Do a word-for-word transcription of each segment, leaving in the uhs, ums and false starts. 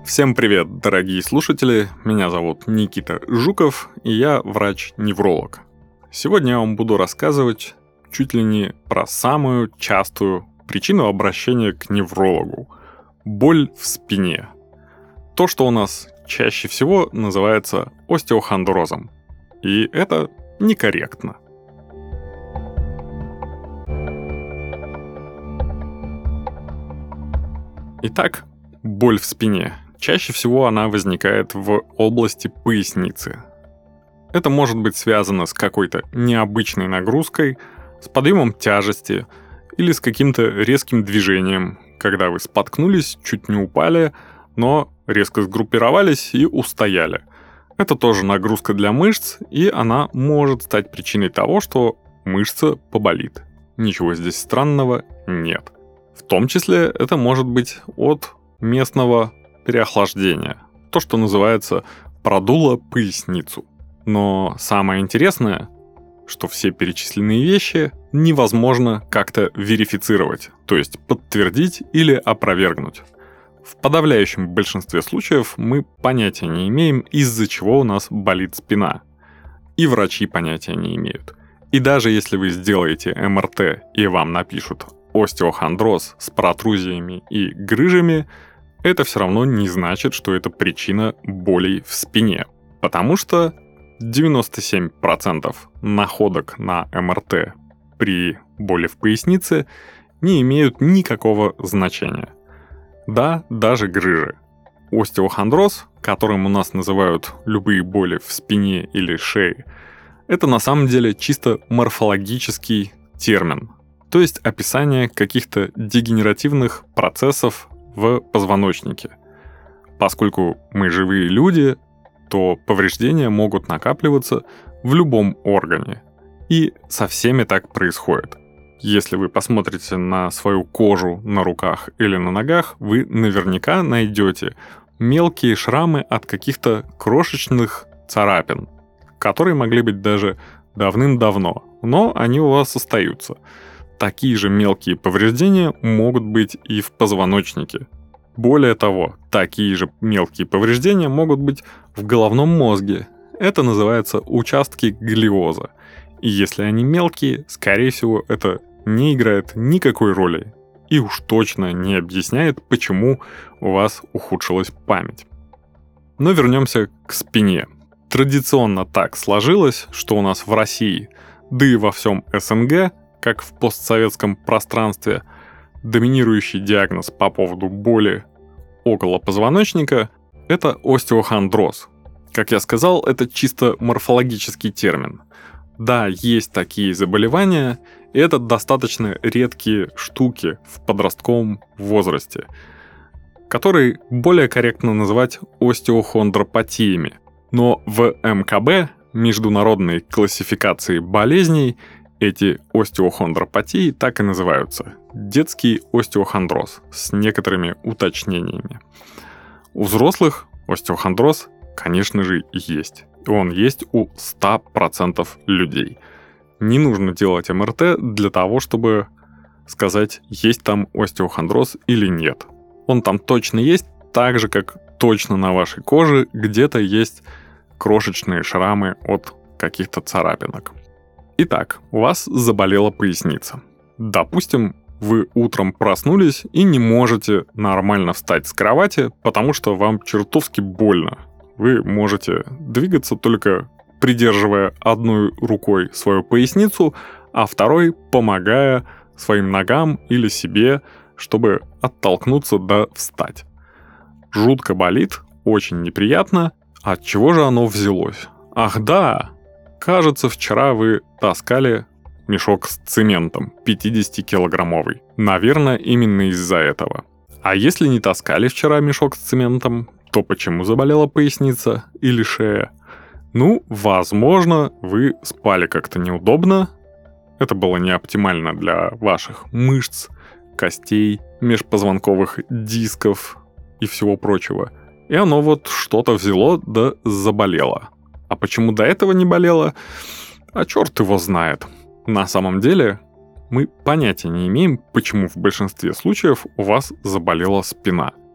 Всем привет, дорогие слушатели, меня зовут Никита Жуков, и я врач-невролог. Сегодня я вам буду рассказывать чуть ли не про самую частую причину обращения к неврологу – боль в спине. То, что у нас чаще всего называется остеохондрозом, и это некорректно. Итак, боль в спине. Чаще всего она возникает в области поясницы. Это может быть связано с какой-то необычной нагрузкой, с подъемом тяжести или с каким-то резким движением, когда вы споткнулись, чуть не упали, но резко сгруппировались и устояли. Это тоже нагрузка для мышц, и она может стать причиной того, что мышца поболит. Ничего здесь странного нет. В том числе это может быть от местного переохлаждения, то, что называется продуло поясницу. Но самое интересное, что все перечисленные вещи невозможно как-то верифицировать, то есть подтвердить или опровергнуть. В подавляющем большинстве случаев мы понятия не имеем, из-за чего у нас болит спина. И врачи понятия не имеют. И даже если вы сделаете эм эр тэ и вам напишут остеохондроз с протрузиями и грыжами, это все равно не значит, что это причина болей в спине. Потому что девяносто семь процентов находок на эм эр тэ при боли в пояснице не имеют никакого значения. Да, даже грыжи. Остеохондроз, которым у нас называют любые боли в спине или шее, это на самом деле чисто морфологический термин, то есть описание каких-то дегенеративных процессов в позвоночнике. Поскольку мы живые люди, то повреждения могут накапливаться в любом органе. И со всеми так происходит. Если вы посмотрите на свою кожу на руках или на ногах, вы наверняка найдете мелкие шрамы от каких-то крошечных царапин, которые могли быть даже давным-давно, но они у вас остаются. Такие же мелкие повреждения могут быть и в позвоночнике. Более того, такие же мелкие повреждения могут быть в головном мозге. Это называется участки глиоза. И если они мелкие, скорее всего, это не играет никакой роли. И уж точно не объясняет, почему у вас ухудшилась память. Но вернемся к спине. Традиционно так сложилось, что у нас в России, да и во всем эс эн гэ, как в постсоветском пространстве, доминирующий диагноз по поводу боли около позвоночника – это остеохондроз. Как я сказал, это чисто морфологический термин. Да, есть такие заболевания, и это достаточно редкие штуки в подростковом возрасте, которые более корректно называть остеохондропатиями. Но в эм ка бэ, международной классификации болезней, эти остеохондропатии так и называются – детский остеохондроз с некоторыми уточнениями. У взрослых остеохондроз, конечно же, есть. И он есть у ста процентов людей. Не нужно делать эм эр тэ для того, чтобы сказать, есть там остеохондроз или нет. Он там точно есть, так же, как точно на вашей коже где-то есть крошечные шрамы от каких-то царапинок. Итак, у вас заболела поясница. Допустим, вы утром проснулись и не можете нормально встать с кровати, потому что вам чертовски больно. Вы можете двигаться только придерживая одной рукой свою поясницу, а второй помогая своим ногам или себе, чтобы оттолкнуться да встать. Жутко болит, очень неприятно. От чего же оно взялось? Ах да! Кажется, вчера вы таскали мешок с цементом, пятидесятикилограммовый. Наверное, именно из-за этого. А если не таскали вчера мешок с цементом, то почему заболела поясница или шея? Ну, возможно, вы спали как-то неудобно. Это было не оптимально для ваших мышц, костей, межпозвонковых дисков и всего прочего. И оно вот что-то взяло да заболело. А почему до этого не болело? А черт его знает. На самом деле, мы понятия не имеем, почему в большинстве случаев у вас заболела спина.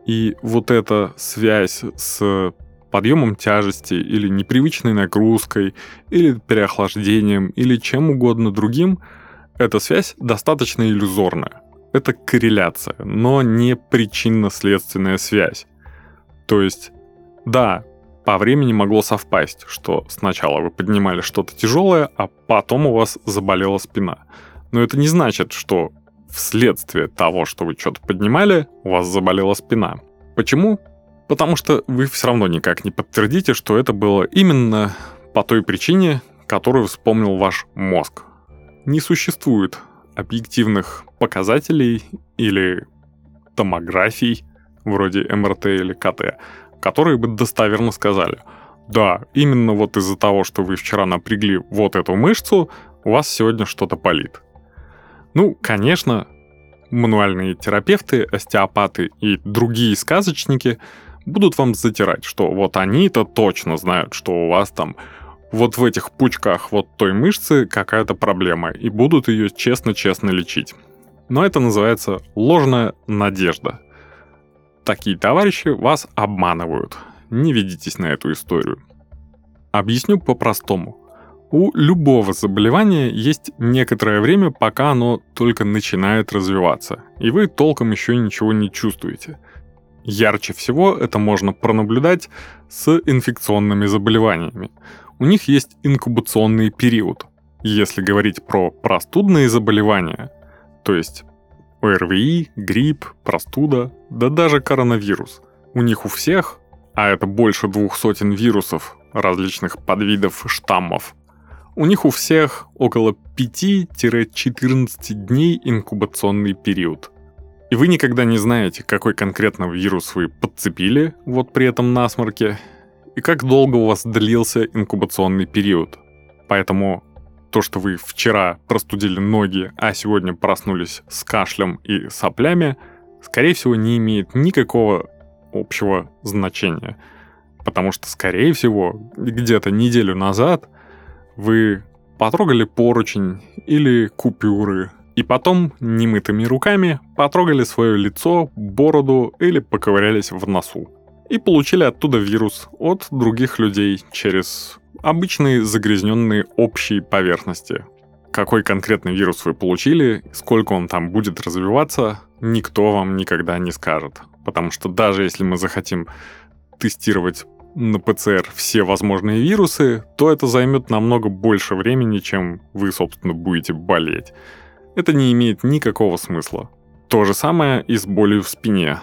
И вот эта связь с подъемом тяжести или непривычной нагрузкой, или переохлаждением, или чем угодно другим, эта связь достаточно иллюзорная. Это корреляция, но не причинно-следственная связь. То есть, да, по времени могло совпасть, что сначала вы поднимали что-то тяжелое, а потом у вас заболела спина. Но это не значит, что вследствие того, что вы что-то поднимали, у вас заболела спина. Почему? Потому что вы все равно никак не подтвердите, что это было именно по той причине, которую вспомнил ваш мозг. Не существует объективных показателей или томографий, вроде эм эр тэ или ка тэ, которые бы достоверно сказали: да, именно вот из-за того, что вы вчера напрягли вот эту мышцу, у вас сегодня что-то болит. Ну, конечно, мануальные терапевты, остеопаты и другие сказочники будут вам затирать, что вот они-то точно знают, что у вас там вот в этих пучках вот той мышцы какая-то проблема, и будут ее честно-честно лечить. Но это называется ложная надежда. Такие товарищи вас обманывают. Не ведитесь на эту историю. Объясню по-простому. У любого заболевания есть некоторое время, пока оно только начинает развиваться, и вы толком еще ничего не чувствуете. Ярче всего это можно пронаблюдать с инфекционными заболеваниями. У них есть инкубационный период. Если говорить про простудные заболевания, то есть о эр ви и, грипп, простуда, да даже коронавирус, у них у всех, а это больше двух сотен вирусов, различных подвидов штаммов, у них у всех около пяти-четырнадцати дней инкубационный период. И вы никогда не знаете, какой конкретно вирус вы подцепили вот при этом насморке, и как долго у вас длился инкубационный период. Поэтому то, что вы вчера простудили ноги, а сегодня проснулись с кашлем и соплями, скорее всего, не имеет никакого общего значения. Потому что, скорее всего, где-то неделю назад вы потрогали поручень или купюры, и потом немытыми руками потрогали свое лицо, бороду или поковырялись в носу. И получили оттуда вирус от других людей через обычные загрязненные общие поверхности. Какой конкретный вирус вы получили, сколько он там будет развиваться, никто вам никогда не скажет. Потому что даже если мы захотим тестировать на пэ цэ эр все возможные вирусы, то это займет намного больше времени, чем вы, собственно, будете болеть. Это не имеет никакого смысла. То же самое и с болью в спине.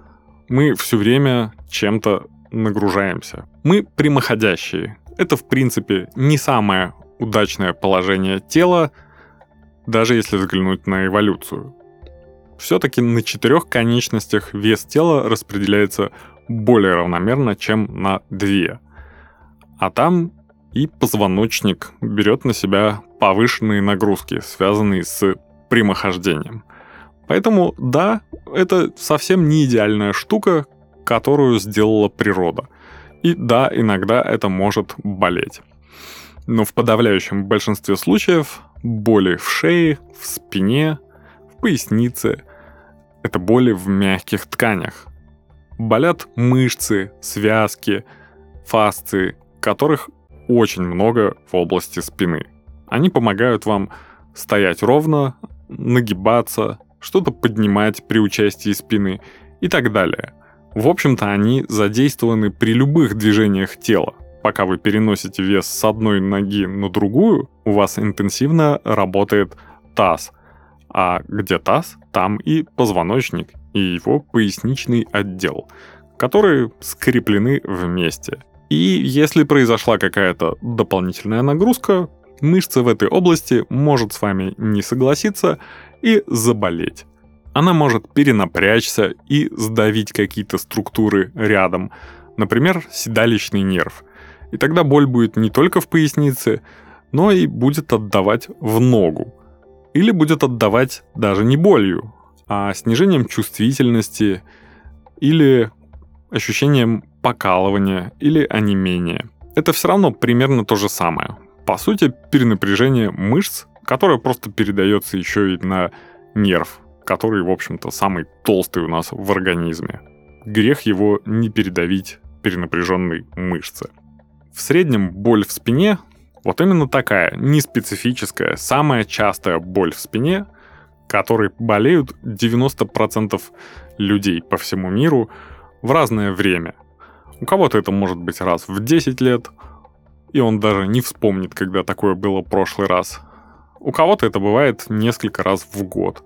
Мы все время чем-то нагружаемся. Мы прямоходящие. Это, в принципе, не самое удачное положение тела, даже если взглянуть на эволюцию. Все-таки на четырех конечностях вес тела распределяется более равномерно, чем на две. А там и позвоночник берет на себя повышенные нагрузки, связанные с прямохождением. Поэтому, да, это совсем не идеальная штука, которую сделала природа. И да, иногда это может болеть. Но в подавляющем большинстве случаев боли в шее, в спине, в пояснице – это боли в мягких тканях. Болят мышцы, связки, фасции, которых очень много в области спины. Они помогают вам стоять ровно, нагибаться, что-то поднимать при участии спины и так далее. В общем-то, они задействованы при любых движениях тела. Пока вы переносите вес с одной ноги на другую, у вас интенсивно работает таз. А где таз, там и позвоночник, и его поясничный отдел, которые скреплены вместе. И если произошла какая-то дополнительная нагрузка, мышца в этой области может с вами не согласиться и заболеть. Она может перенапрячься и сдавить какие-то структуры рядом, например, седалищный нерв. И тогда боль будет не только в пояснице, но и будет отдавать в ногу. Или будет отдавать даже не болью, а снижением чувствительности или ощущением покалывания или онемения. Это все равно примерно то же самое. По сути, перенапряжение мышц, которое просто передается еще и на нерв, который, в общем-то, самый толстый у нас в организме. грех его не передавить перенапряженной мышцы. В среднем боль в спине, вот именно такая, неспецифическая, самая частая боль в спине, которой болеют девяносто процентов людей по всему миру в разное время. У кого-то это может быть раз в десять лет, и он даже не вспомнит, когда такое было в прошлый раз. У кого-то это бывает несколько раз в год.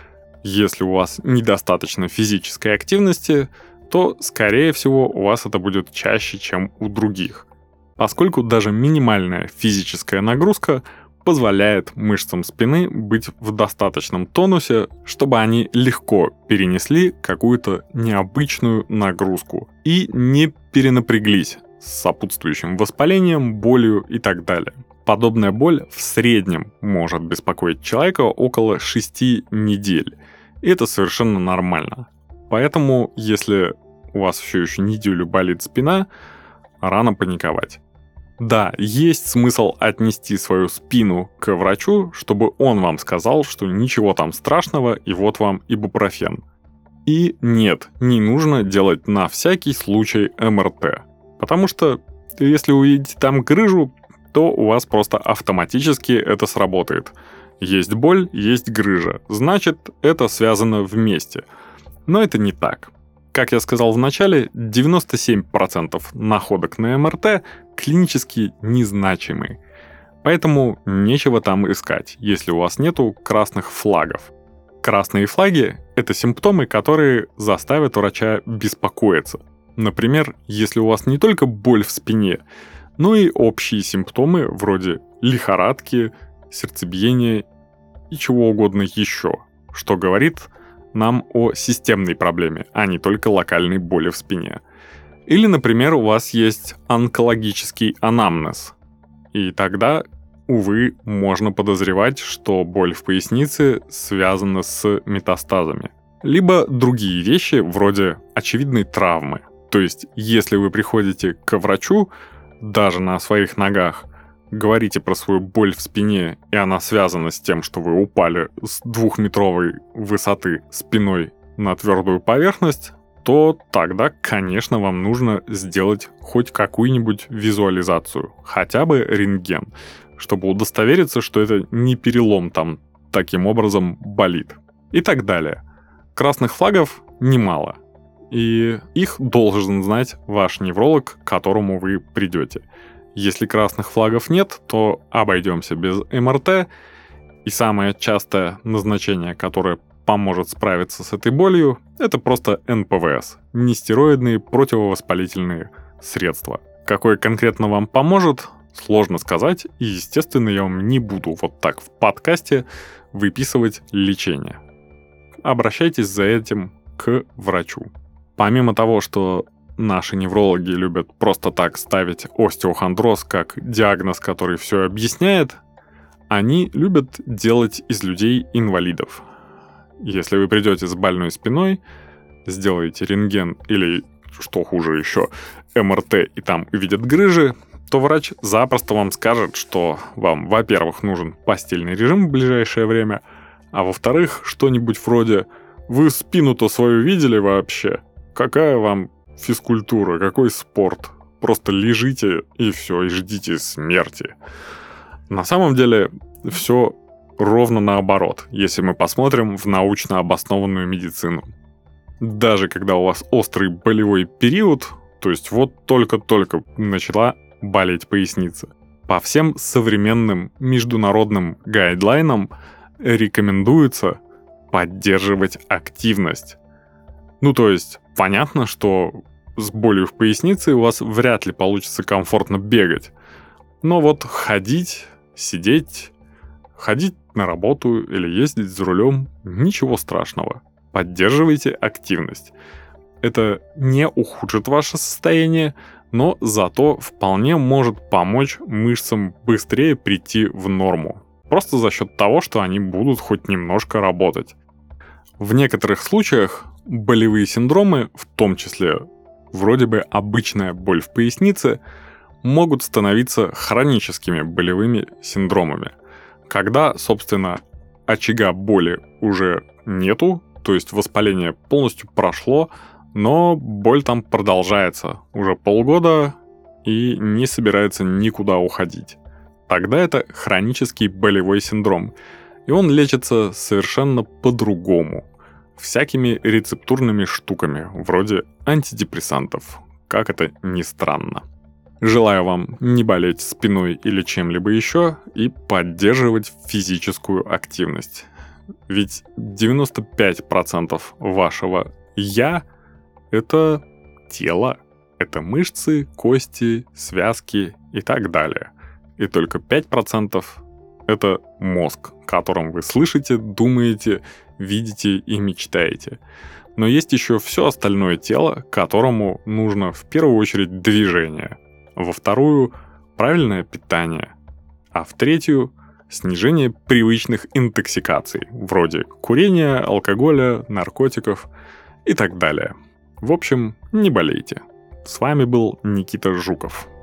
Если у вас недостаточно физической активности, то, скорее всего, у вас это будет чаще, чем у других. Поскольку даже минимальная физическая нагрузка позволяет мышцам спины быть в достаточном тонусе, чтобы они легко перенесли какую-то необычную нагрузку и не перенапряглись с сопутствующим воспалением, болью и так далее. Подобная боль в среднем может беспокоить человека около шести недель. И это совершенно нормально. Поэтому, если у вас все еще неделю болит спина, рано паниковать. Да, есть смысл отнести свою спину к врачу, чтобы он вам сказал, что ничего там страшного, и вот вам ибупрофен. И нет, не нужно делать на всякий случай эм эр тэ. Потому что если увидите там грыжу, то у вас просто автоматически это сработает. Есть боль, есть грыжа. Значит, это связано вместе. Но это не так. Как я сказал в начале, девяносто семь процентов находок на эм эр тэ клинически незначимы. Поэтому нечего там искать, если у вас нету красных флагов. Красные флаги – это симптомы, которые заставят врача беспокоиться. Например, если у вас не только боль в спине, но и общие симптомы вроде лихорадки, сердцебиения и чего угодно еще, что говорит нам о системной проблеме, а не только локальной боли в спине. Или, например, у вас есть онкологический анамнез. И тогда, увы, можно подозревать, что боль в пояснице связана с метастазами. Либо другие вещи, вроде очевидной травмы. То есть, если вы приходите к врачу, даже на своих ногах, говорите про свою боль в спине, и она связана с тем, что вы упали с двухметровой высоты спиной на твердую поверхность, то тогда, конечно, вам нужно сделать хоть какую-нибудь визуализацию, хотя бы рентген, чтобы удостовериться, что это не перелом там таким образом болит. И так далее. Красных флагов немало, и их должен знать ваш невролог, к которому вы придете. Если красных флагов нет, то обойдемся без эм эр тэ, и самое частое назначение, которое поможет справиться с этой болью, это просто эн пэ вэ эс – нестероидные противовоспалительные средства. Какое конкретно вам поможет, сложно сказать, и, естественно, я вам не буду вот так в подкасте выписывать лечение. Обращайтесь за этим к врачу. Помимо того, что наши неврологи любят просто так ставить остеохондроз как диагноз, который все объясняет, они любят делать из людей инвалидов. Если вы придете с больной спиной, сделаете рентген или, что хуже еще, эм эр тэ и там увидят грыжи, то врач запросто вам скажет, что вам, во-первых, нужен постельный режим в ближайшее время, а во-вторых, что-нибудь вроде «Вы спину-то свою видели вообще? Какая вам физкультура, какой спорт? Просто лежите и все, и ждите смерти». На самом деле все ровно наоборот, если мы посмотрим в научно обоснованную медицину. Даже когда у вас острый болевой период, то есть вот только-только начала болеть поясница, по всем современным международным гайдлайнам рекомендуется поддерживать активность. Ну, то есть, понятно, что с болью в пояснице у вас вряд ли получится комфортно бегать. Но вот ходить, сидеть, ходить на работу или ездить за рулем – ничего страшного. Поддерживайте активность. Это не ухудшит ваше состояние, но зато вполне может помочь мышцам быстрее прийти в норму. Просто за счет того, что они будут хоть немножко работать. В некоторых случаях болевые синдромы, в том числе вроде бы обычная боль в пояснице, могут становиться хроническими болевыми синдромами. Когда, собственно, очага боли уже нету, то есть воспаление полностью прошло, Но боль там продолжается уже полгода и не собирается никуда уходить. Тогда это хронический болевой синдром, и он лечится совершенно по-другому. Всякими рецептурными штуками, вроде антидепрессантов, как это ни странно. Желаю вам не болеть спиной или чем-либо еще и поддерживать физическую активность. Ведь девяносто пять процентов вашего «я» — это тело, это мышцы, кости, связки и так далее. И только пять процентов — это мозг, которым вы слышите, думаете, видите и мечтаете. Но есть еще все остальное тело, которому нужно в первую очередь движение, во вторую — правильное питание, а в третью — снижение привычных интоксикаций, вроде курения, алкоголя, наркотиков и так далее. В общем, не болейте. С вами был Никита Жуков.